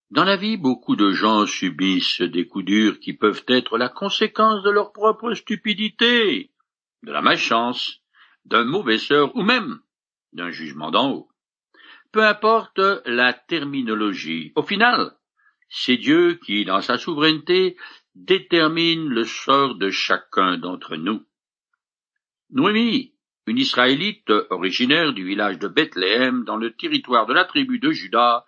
Dans la vie, beaucoup de gens subissent des coups durs qui peuvent être la conséquence de leur propre stupidité, de la malchance, d'un mauvais sort ou même d'un jugement d'en haut. Peu importe la terminologie, au final, c'est Dieu qui, dans sa souveraineté, détermine le sort de chacun d'entre nous. Noémie, une Israélite originaire du village de Bethléem dans le territoire de la tribu de Juda,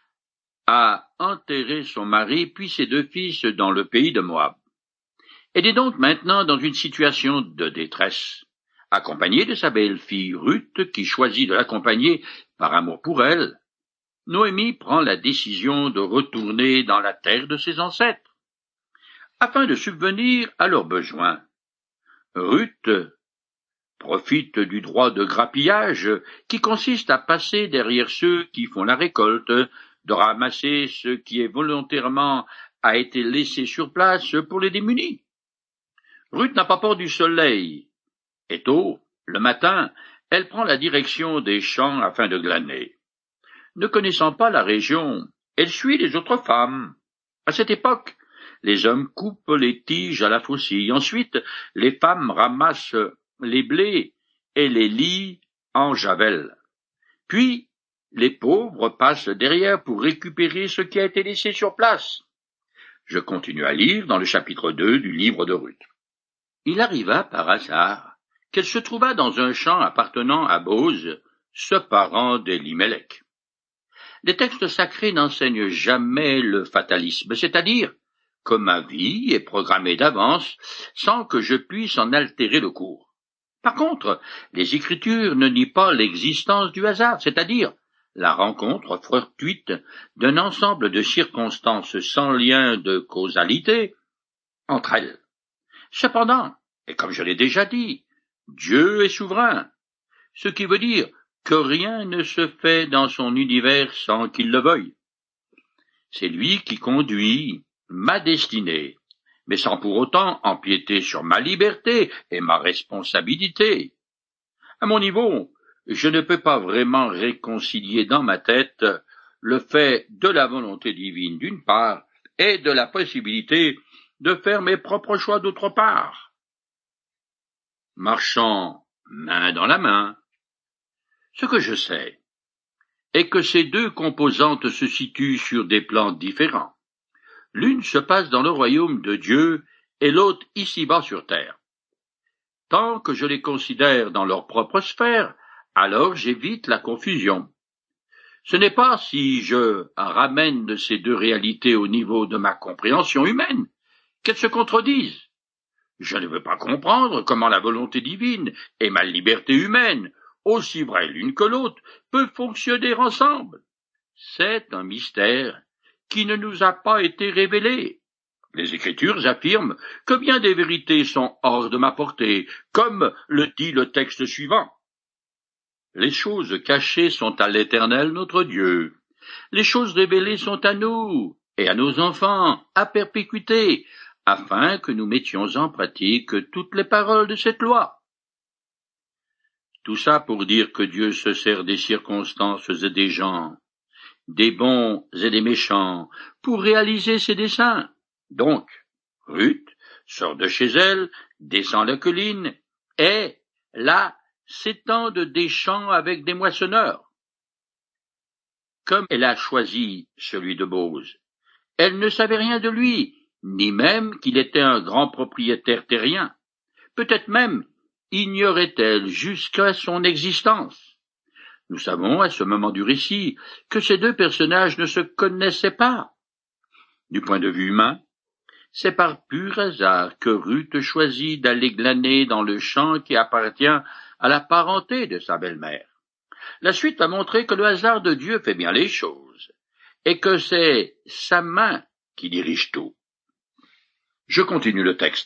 a enterré son mari puis ses deux fils dans le pays de Moab. Elle est donc maintenant dans une situation de détresse, accompagnée de sa belle-fille Ruth qui choisit de l'accompagner par amour pour elle. Noémie prend la décision de retourner dans la terre de ses ancêtres, afin de subvenir à leurs besoins. Ruth profite du droit de grappillage qui consiste à passer derrière ceux qui font la récolte, de ramasser ce qui est volontairement a été laissé sur place pour les démunis. Ruth n'a pas peur du soleil, et tôt, le matin, elle prend la direction des champs afin de glaner. Ne connaissant pas la région, elle suit les autres femmes. À cette époque, les hommes coupent les tiges à la faucille. Ensuite, les femmes ramassent les blés et les lient en javel. Puis, les pauvres passent derrière pour récupérer ce qui a été laissé sur place. Je continue à lire dans le chapitre 2 du livre de Ruth. Il arriva par hasard qu'elle se trouva dans un champ appartenant à Boz, ce parent d'Elimelech. Les textes sacrés n'enseignent jamais le fatalisme, c'est-à-dire que ma vie est programmée d'avance sans que je puisse en altérer le cours. Par contre, les Écritures ne nient pas l'existence du hasard, c'est-à-dire la rencontre fortuite d'un ensemble de circonstances sans lien de causalité entre elles. Cependant, et comme je l'ai déjà dit, Dieu est souverain, ce qui veut dire que rien ne se fait dans son univers sans qu'il le veuille. C'est lui qui conduit ma destinée, mais sans pour autant empiéter sur ma liberté et ma responsabilité. À mon niveau, je ne peux pas vraiment réconcilier dans ma tête le fait de la volonté divine d'une part et de la possibilité de faire mes propres choix d'autre part. Marchant main dans la main, ce que je sais est que ces deux composantes se situent sur des plans différents. L'une se passe dans le royaume de Dieu et l'autre ici-bas sur terre. Tant que je les considère dans leur propre sphère, alors j'évite la confusion. Ce n'est pas si je ramène ces deux réalités au niveau de ma compréhension humaine qu'elles se contredisent. Je ne veux pas comprendre comment la volonté divine et ma liberté humaine, aussi vraies l'une que l'autre, peuvent fonctionner ensemble. C'est un mystère qui ne nous a pas été révélé. Les Écritures affirment que bien des vérités sont hors de ma portée, comme le dit le texte suivant. Les choses cachées sont à l'Éternel notre Dieu. Les choses révélées sont à nous et à nos enfants à perpétuité, afin que nous mettions en pratique toutes les paroles de cette loi. Tout ça pour dire que Dieu se sert des circonstances et des gens, des bons et des méchants, pour réaliser ses desseins. Donc, Ruth sort de chez elle, descend la colline, et, là, s'étendent des champs avec des moissonneurs. Comme elle a choisi celui de Boz, elle ne savait rien de lui, ni même qu'il était un grand propriétaire terrien. Peut-être même ignorait-elle jusqu'à son existence. Nous savons, à ce moment du récit, que ces deux personnages ne se connaissaient pas. Du point de vue humain, c'est par pur hasard que Ruth choisit d'aller glaner dans le champ qui appartient à la parenté de sa belle-mère. La suite a montré que le hasard de Dieu fait bien les choses, et que c'est sa main qui dirige tout. Je continue le texte.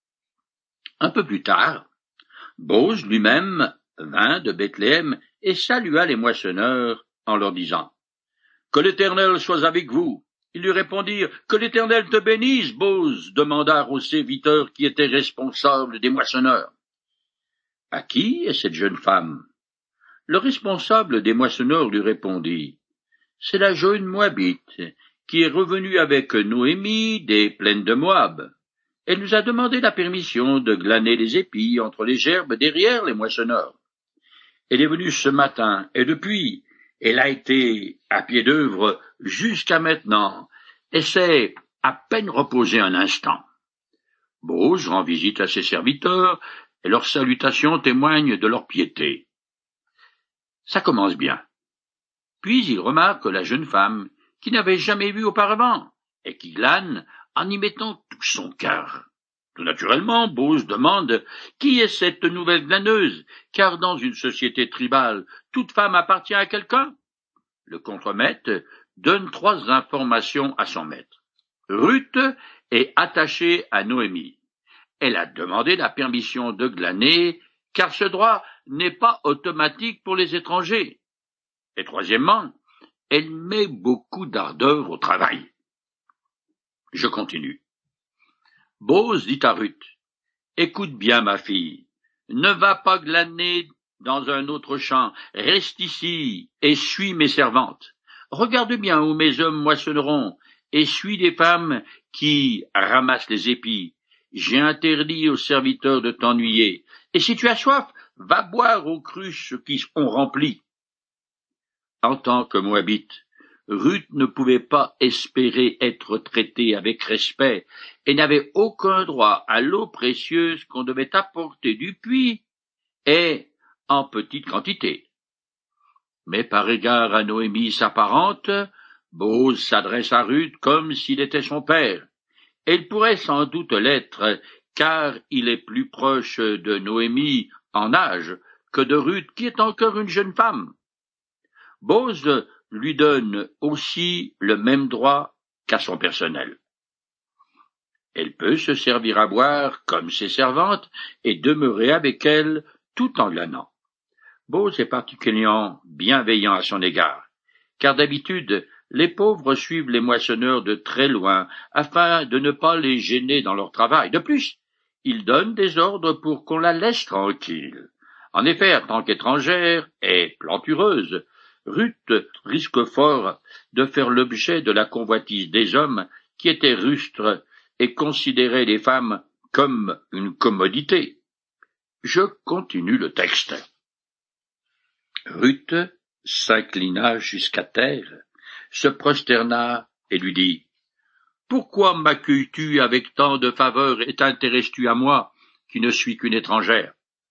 Un peu plus tard, Boz lui-même vint de Bethléem et salua les moissonneurs en leur disant « Que l'Éternel soit avec vous !» Ils lui répondirent « Que l'Éternel te bénisse, Boz !» demandèrent aux serviteurs qui étaient responsables des moissonneurs. « À qui est cette jeune femme ?» Le responsable des moissonneurs lui répondit « C'est la jeune Moabite qui est revenue avec Noémie des plaines de Moab. Elle nous a demandé la permission de glaner les épis entre les gerbes derrière les moissonneurs. Elle est venue ce matin, et depuis, elle a été à pied d'œuvre jusqu'à maintenant, et s'est à peine reposée un instant. Boaz rend visite à ses serviteurs, et leurs salutations témoignent de leur piété. Ça commence bien. Puis il remarque la jeune femme, qui n'avait jamais vu auparavant, et qui glane en y mettant tout son cœur. Tout naturellement, Boaz demande qui est cette nouvelle glaneuse, car dans une société tribale, toute femme appartient à quelqu'un. Le contremaître donne 3 informations à son maître. Ruth est attachée à Noémie. Elle a demandé la permission de glaner, car ce droit n'est pas automatique pour les étrangers. Et troisièmement, elle met beaucoup d'ardeur au travail. Je continue. Boaz dit à Ruth, « Écoute bien, ma fille, ne va pas glaner dans un autre champ, reste ici et suis mes servantes. Regarde bien où mes hommes moissonneront, et suis les femmes qui ramassent les épis. J'ai interdit aux serviteurs de t'ennuyer, et si tu as soif, va boire aux cruches qui ont rempli. » En tant que Moabite, Ruth ne pouvait pas espérer être traitée avec respect et n'avait aucun droit à l'eau précieuse qu'on devait apporter du puits et en petite quantité. Mais par égard à Noémie, sa parente, Boaz s'adresse à Ruth comme s'il était son père. Elle pourrait sans doute l'être, car il est plus proche de Noémie en âge que de Ruth, qui est encore une jeune femme. Boaz lui donne aussi le même droit qu'à son personnel. Elle peut se servir à boire comme ses servantes et demeurer avec elles tout en glanant. Boaz est particulièrement bienveillant à son égard, car d'habitude, les pauvres suivent les moissonneurs de très loin afin de ne pas les gêner dans leur travail. De plus, il donne des ordres pour qu'on la laisse tranquille. En effet, en tant qu'étrangère et plantureuse, Ruth risque fort de faire l'objet de la convoitise des hommes qui étaient rustres et considéraient les femmes comme une commodité. Je continue le texte. Ruth s'inclina jusqu'à terre, se prosterna et lui dit, « Pourquoi m'accueilles-tu avec tant de faveur et t'intéresses-tu à moi, qui ne suis qu'une étrangère ?»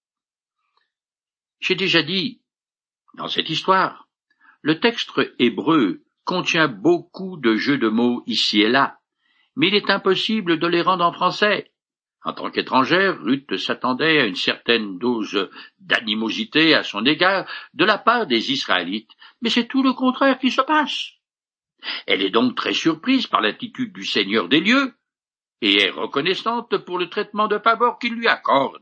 J'ai déjà dit, dans cette histoire, le texte hébreu contient beaucoup de jeux de mots ici et là, mais il est impossible de les rendre en français. En tant qu'étrangère, Ruth s'attendait à une certaine dose d'animosité à son égard de la part des Israélites, mais c'est tout le contraire qui se passe. Elle est donc très surprise par l'attitude du Seigneur des lieux, et est reconnaissante pour le traitement de faveur qu'il lui accorde.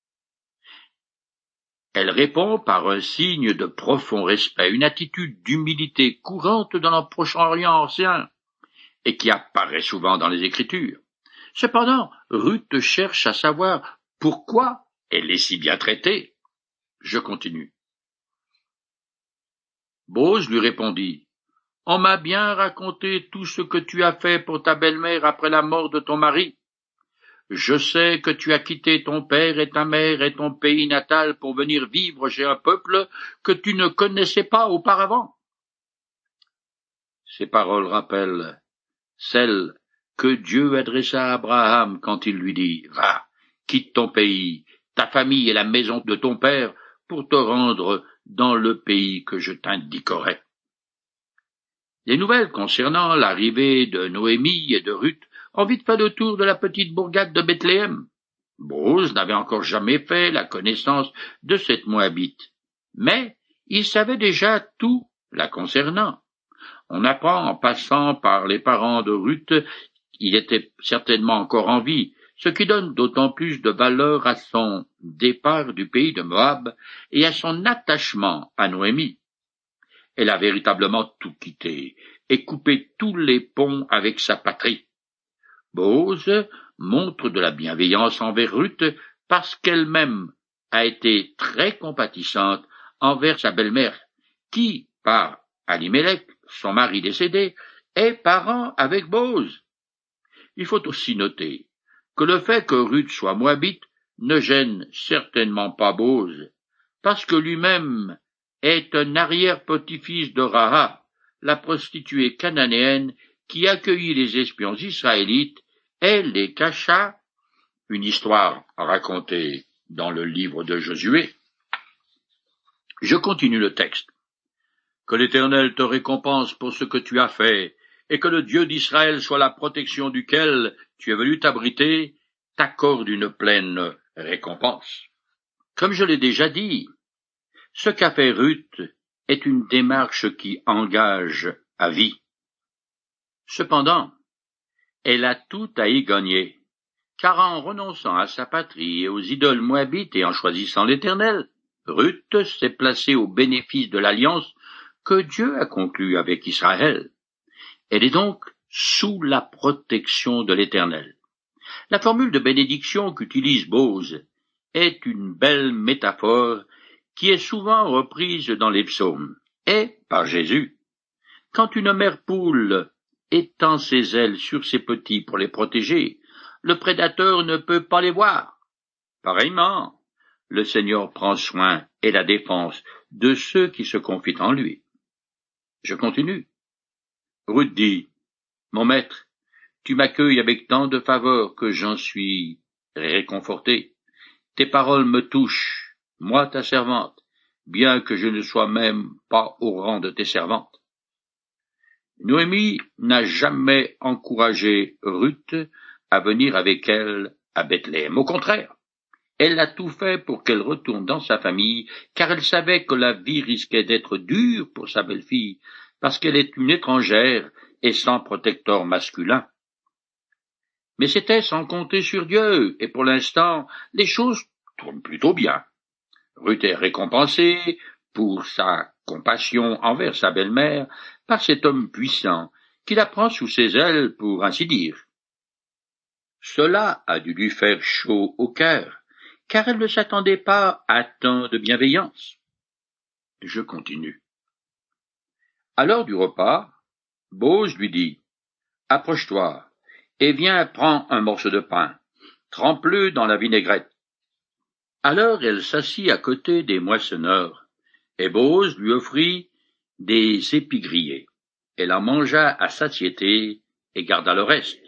Elle répond par un signe de profond respect, une attitude d'humilité courante dans le Proche-Orient ancien, et qui apparaît souvent dans les Écritures. Cependant, Ruth cherche à savoir pourquoi elle est si bien traitée. Je continue. Boaz lui répondit, « On m'a bien raconté tout ce que tu as fait pour ta belle-mère après la mort de ton mari. Je sais que tu as quitté ton père et ta mère et ton pays natal pour venir vivre chez un peuple que tu ne connaissais pas auparavant. » Ces paroles rappellent celles que Dieu adressa à Abraham quand il lui dit, « Va, quitte ton pays, ta famille et la maison de ton père pour te rendre dans le pays que je t'indiquerai. » Les nouvelles concernant l'arrivée de Noémie et de Ruth ont vite fait le tour de la petite bourgade de Bethléem. Boaz n'avait encore jamais fait la connaissance de cette Moabite, mais il savait déjà tout la concernant. On apprend en passant par les parents de Ruth qu'il était certainement encore en vie, ce qui donne d'autant plus de valeur à son départ du pays de Moab et à son attachement à Noémie. Elle a véritablement tout quitté et coupé tous les ponts avec sa patrie. Boaz montre de la bienveillance envers Ruth parce qu'elle-même a été très compatissante envers sa belle-mère, qui, par Alimélec, son mari décédé, est parent avec Bose. Il faut aussi noter que le fait que Ruth soit moabite ne gêne certainement pas Bose, parce que lui-même est un arrière-petit-fils de Rahab, la prostituée cananéenne qui accueillit les espions israélites et les cacha, une histoire racontée dans le livre de Josué. Je continue le texte. Que l'Éternel te récompense pour ce que tu as fait, et que le Dieu d'Israël soit la protection duquel tu es venu t'abriter, t'accorde une pleine récompense. Comme je l'ai déjà dit, ce qu'a fait Ruth est une démarche qui engage à vie. Cependant, elle a tout à y gagner, car en renonçant à sa patrie et aux idoles moabites et en choisissant l'Éternel, Ruth s'est placée au bénéfice de l'alliance que Dieu a conclue avec Israël. Elle est donc sous la protection de l'Éternel. La formule de bénédiction qu'utilise Bose est une belle métaphore qui est souvent reprise dans les psaumes, et par Jésus. Quand une mère poule étend ses ailes sur ses petits pour les protéger, le prédateur ne peut pas les voir. Pareillement, le Seigneur prend soin et la défense de ceux qui se confient en lui. Je continue. Ruth dit, « Mon maître, tu m'accueilles avec tant de faveur que j'en suis réconforté. Tes paroles me touchent, moi ta servante, bien que je ne sois même pas au rang de tes servantes. » Noémie n'a jamais encouragé Ruth à venir avec elle à Bethléem. Au contraire, elle a tout fait pour qu'elle retourne dans sa famille, car elle savait que la vie risquait d'être dure pour sa belle-fille, parce qu'elle est une étrangère et sans protecteur masculin. Mais c'était sans compter sur Dieu, et pour l'instant, les choses tournent plutôt bien. Ruth est récompensée pour sa compassion envers sa belle-mère par cet homme puissant qui la prend sous ses ailes, pour ainsi dire. Cela a dû lui faire chaud au cœur, car elle ne s'attendait pas à tant de bienveillance. Je continue. À l'heure du repas, Bose lui dit, « Approche-toi, et viens prends un morceau de pain, trempe-le dans la vinaigrette. » Alors elle s'assit à côté des moissonneurs, et Bose lui offrit des épis grillés. Elle en mangea à satiété et garda le reste.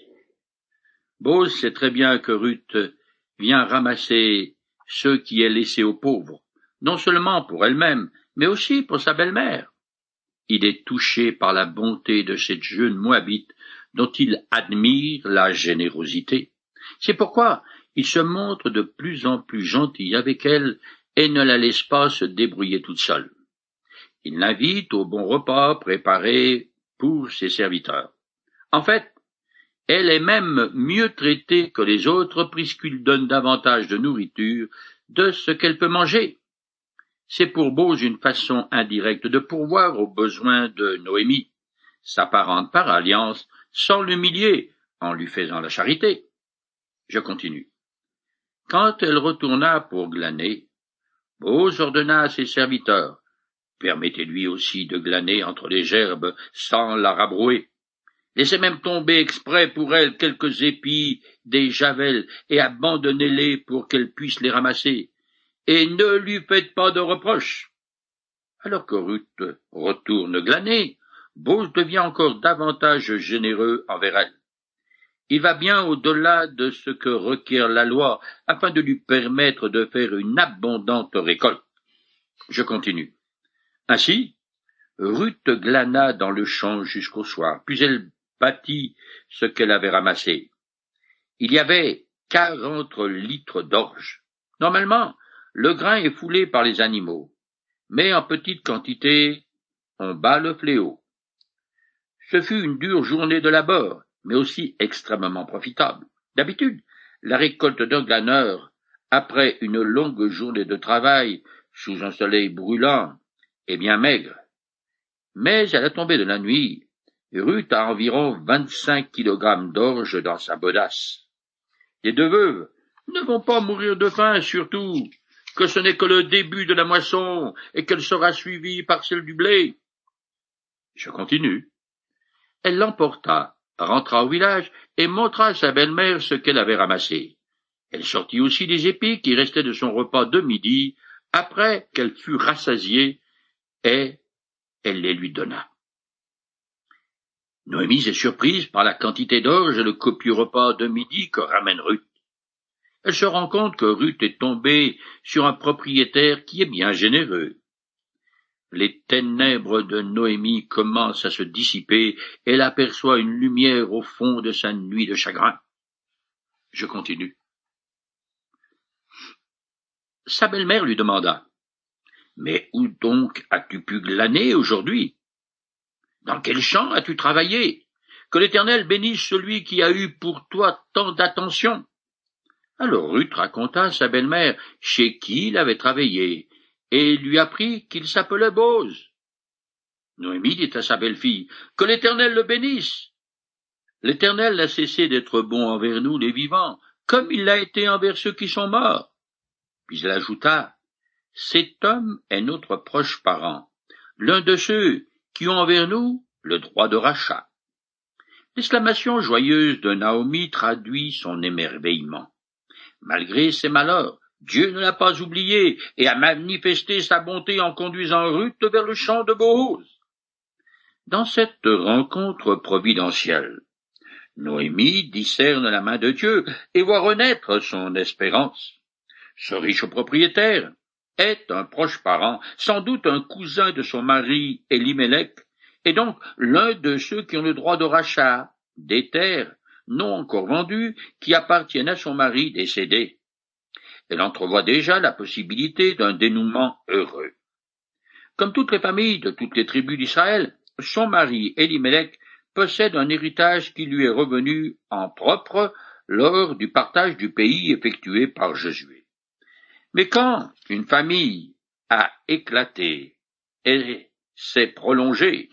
Bose sait très bien que Ruth vient ramasser ce qui est laissé aux pauvres, non seulement pour elle-même, mais aussi pour sa belle-mère. Il est touché par la bonté de cette jeune Moabite dont il admire la générosité. C'est pourquoi il se montre de plus en plus gentil avec elle et ne la laisse pas se débrouiller toute seule. Il l'invite au bon repas préparé pour ses serviteurs. En fait, elle est même mieux traitée que les autres puisqu'il donne davantage de nourriture de ce qu'elle peut manger. C'est pour Bose une façon indirecte de pourvoir aux besoins de Noémie, sa parente par alliance, sans l'humilier en lui faisant la charité. Je continue. Quand elle retourna pour glaner, Bose ordonna à ses serviteurs, « Permettez-lui aussi de glaner entre les gerbes sans la rabrouer. Laissez même tomber exprès pour elle quelques épis des javels et abandonnez-les pour qu'elle puisse les ramasser. Et ne lui faites pas de reproches. » Alors que Ruth retourne glaner, Bose devient encore davantage généreux envers elle. Il va bien au-delà de ce que requiert la loi afin de lui permettre de faire une abondante récolte. Je continue. Ainsi, Ruth glana dans le champ jusqu'au soir, puis elle bâtit ce qu'elle avait ramassé. Il y avait 40 litres d'orge. Normalement, le grain est foulé par les animaux, mais en petite quantité, on bat le fléau. Ce fut une dure journée de labeur, mais aussi extrêmement profitable. D'habitude, la récolte d'un glaneur, après une longue journée de travail, sous un soleil brûlant, est bien maigre. Mais à la tombée de la nuit, Ruth a environ 25 kilogrammes d'orge dans sa bedace. Les deux veuves ne vont pas mourir de faim, surtout que ce n'est que le début de la moisson et qu'elle sera suivie par celle du blé. Je continue. Elle l'emporta, rentra au village et montra à sa belle-mère ce qu'elle avait ramassé. Elle sortit aussi des épis qui restaient de son repas de midi, après qu'elle fut rassasiée, et elle les lui donna. Noémie est surprise par la quantité d'orge et le copieux repas de midi que ramène Ruth. Elle se rend compte que Ruth est tombée sur un propriétaire qui est bien généreux. Les ténèbres de Noémie commencent à se dissiper, et elle aperçoit une lumière au fond de sa nuit de chagrin. Je continue. Sa belle-mère lui demanda: « Mais où donc as-tu pu glaner aujourd'hui? Dans quel champ as-tu travaillé? Que l'Éternel bénisse celui qui a eu pour toi tant d'attention. » Alors Ruth raconta à sa belle-mère chez qui il avait travaillé, et lui apprit qu'il s'appelait Boz. Noémie dit à sa belle-fille: « Que l'Éternel le bénisse. L'Éternel n'a cessé d'être bon envers nous les vivants, comme il l'a été envers ceux qui sont morts. » Puis elle ajouta: « Cet homme est notre proche parent, l'un de ceux qui ont envers nous le droit de rachat. » L'exclamation joyeuse de Naomi traduit son émerveillement. Malgré ses malheurs, Dieu ne l'a pas oublié et a manifesté sa bonté en conduisant Ruth vers le champ de Boaz. Dans cette rencontre providentielle, Noémie discerne la main de Dieu et voit renaître son espérance. Ce riche propriétaire est un proche parent, sans doute un cousin de son mari Elimelech, et donc l'un de ceux qui ont le droit de rachat des terres non encore vendues qui appartiennent à son mari décédé. Elle entrevoit déjà la possibilité d'un dénouement heureux. Comme toutes les familles de toutes les tribus d'Israël, son mari Elimelech possède un héritage qui lui est revenu en propre lors du partage du pays effectué par Josué. Mais quand une famille a éclaté et s'est prolongée,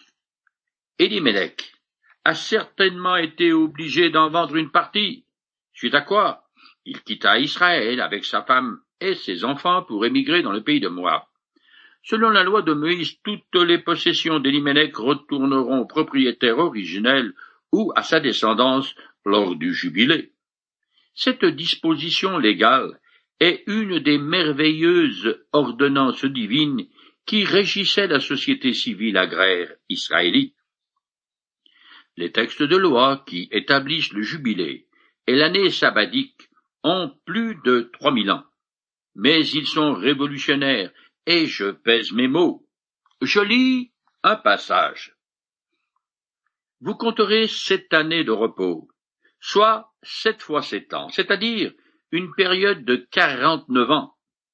Elimelech a certainement été obligé d'en vendre une partie, suite à quoi il quitta Israël avec sa femme et ses enfants pour émigrer dans le pays de Moab. Selon la loi de Moïse, toutes les possessions d'Elimelech retourneront au propriétaire originel ou à sa descendance lors du jubilé. Cette disposition légale est une des merveilleuses ordonnances divines qui régissaient la société civile agraire israélite. Les textes de loi qui établissent le jubilé et l'année sabbadique ont plus de 3000 ans, mais ils sont révolutionnaires, et je pèse mes mots. Je lis un passage. Vous compterez 7 années de repos, soit 7 fois 7 ans, c'est-à-dire une période de 49 ans.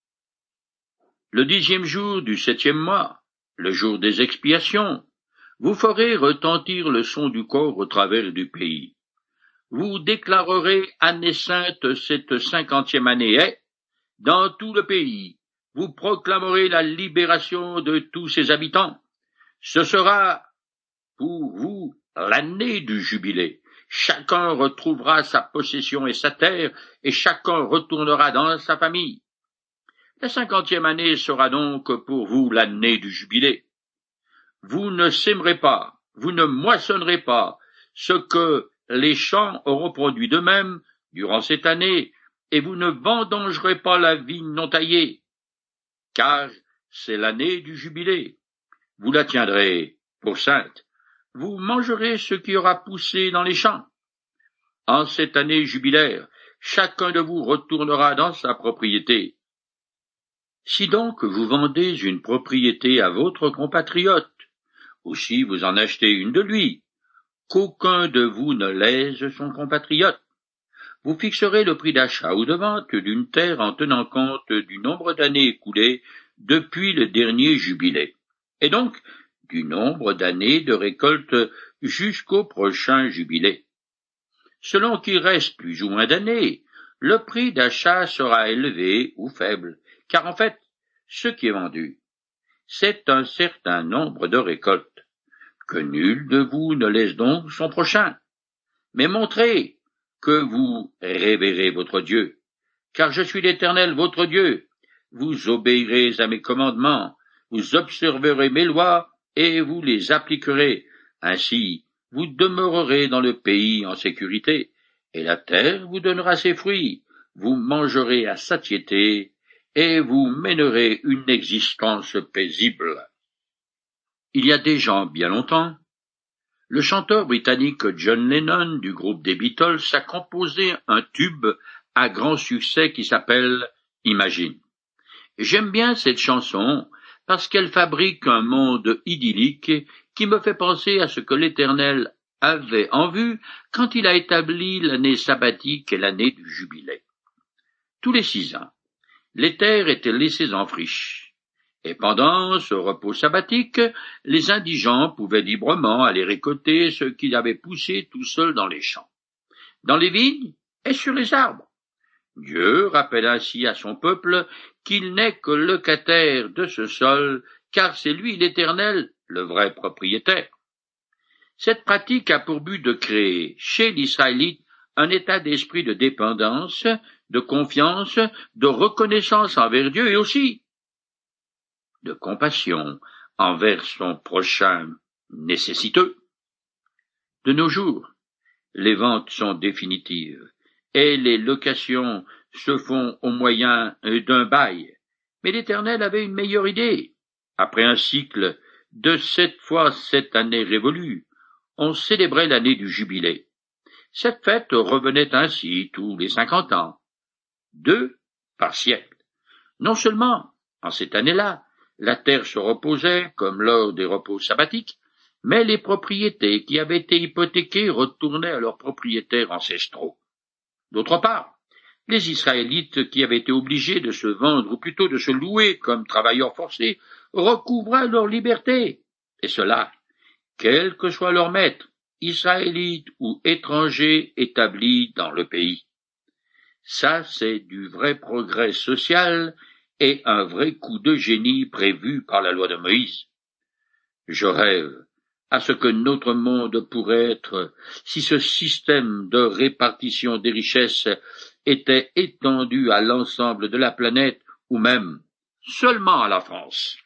Le 10e jour du 7e mois, le jour des expiations, vous ferez retentir le son du corps au travers du pays. Vous déclarerez année sainte cette 50e année et, dans tout le pays, vous proclamerez la libération de tous ses habitants. Ce sera pour vous l'année du jubilé. Chacun retrouvera sa possession et sa terre, et chacun retournera dans sa famille. La 50e année sera donc pour vous l'année du jubilé. Vous ne sèmerez pas, vous ne moissonnerez pas ce que les champs auront produit d'eux-mêmes durant cette année, et vous ne vendangerez pas la vigne non taillée, car c'est l'année du jubilé. Vous la tiendrez pour sainte. Vous mangerez ce qui aura poussé dans les champs. En cette année jubilaire, chacun de vous retournera dans sa propriété. Si donc vous vendez une propriété à votre compatriote, ou si vous en achetez une de lui, qu'aucun de vous ne lèse son compatriote. Vous fixerez le prix d'achat ou de vente d'une terre en tenant compte du nombre d'années écoulées depuis le dernier jubilé, et donc du nombre d'années de récolte jusqu'au prochain jubilé. Selon qu'il reste plus ou moins d'années, le prix d'achat sera élevé ou faible, car en fait, ce qui est vendu, c'est un certain nombre de récoltes. Que nul de vous ne laisse donc son prochain, mais montrez que vous révérez votre Dieu, car je suis l'Éternel votre Dieu. Vous obéirez à mes commandements, vous observerez mes lois, et vous les appliquerez. Ainsi, vous demeurerez dans le pays en sécurité, et la terre vous donnera ses fruits, vous mangerez à satiété, et vous mènerez une existence paisible. Il y a déjà bien longtemps, le chanteur britannique John Lennon du groupe des Beatles a composé un tube à grand succès qui s'appelle Imagine. J'aime bien cette chanson parce qu'elle fabrique un monde idyllique qui me fait penser à ce que l'Éternel avait en vue quand il a établi l'année sabbatique et l'année du jubilé. Tous les 6 ans, les terres étaient laissées en friche, et pendant ce repos sabbatique, les indigents pouvaient librement aller récolter ce qu'ils avaient poussé tout seuls dans les champs, dans les vignes et sur les arbres. Dieu rappelle ainsi à son peuple qu'il n'est que locataire de ce sol, car c'est lui l'Éternel, le vrai propriétaire. Cette pratique a pour but de créer chez l'Israélite un état d'esprit de dépendance, de confiance, de reconnaissance envers Dieu et aussi de compassion envers son prochain nécessiteux. De nos jours, les ventes sont définitives et les locations se font au moyen d'un bail. Mais l'Éternel avait une meilleure idée. Après un cycle de 7 fois 7 années révolues, on célébrait l'année du jubilé. Cette fête revenait ainsi tous les 50 ans, 2 par siècle. Non seulement, en cette année-là, la terre se reposait comme lors des repos sabbatiques, mais les propriétés qui avaient été hypothéquées retournaient à leurs propriétaires ancestraux. D'autre part, les Israélites qui avaient été obligés de se vendre ou plutôt de se louer comme travailleurs forcés recouvraient leur liberté, et cela, quel que soit leur maître, israélite ou étranger établi dans le pays. Ça, c'est du vrai progrès social et un vrai coup de génie prévu par la loi de Moïse. Je rêve à ce que notre monde pourrait être si ce système de répartition des richesses était étendu à l'ensemble de la planète ou même seulement à la France.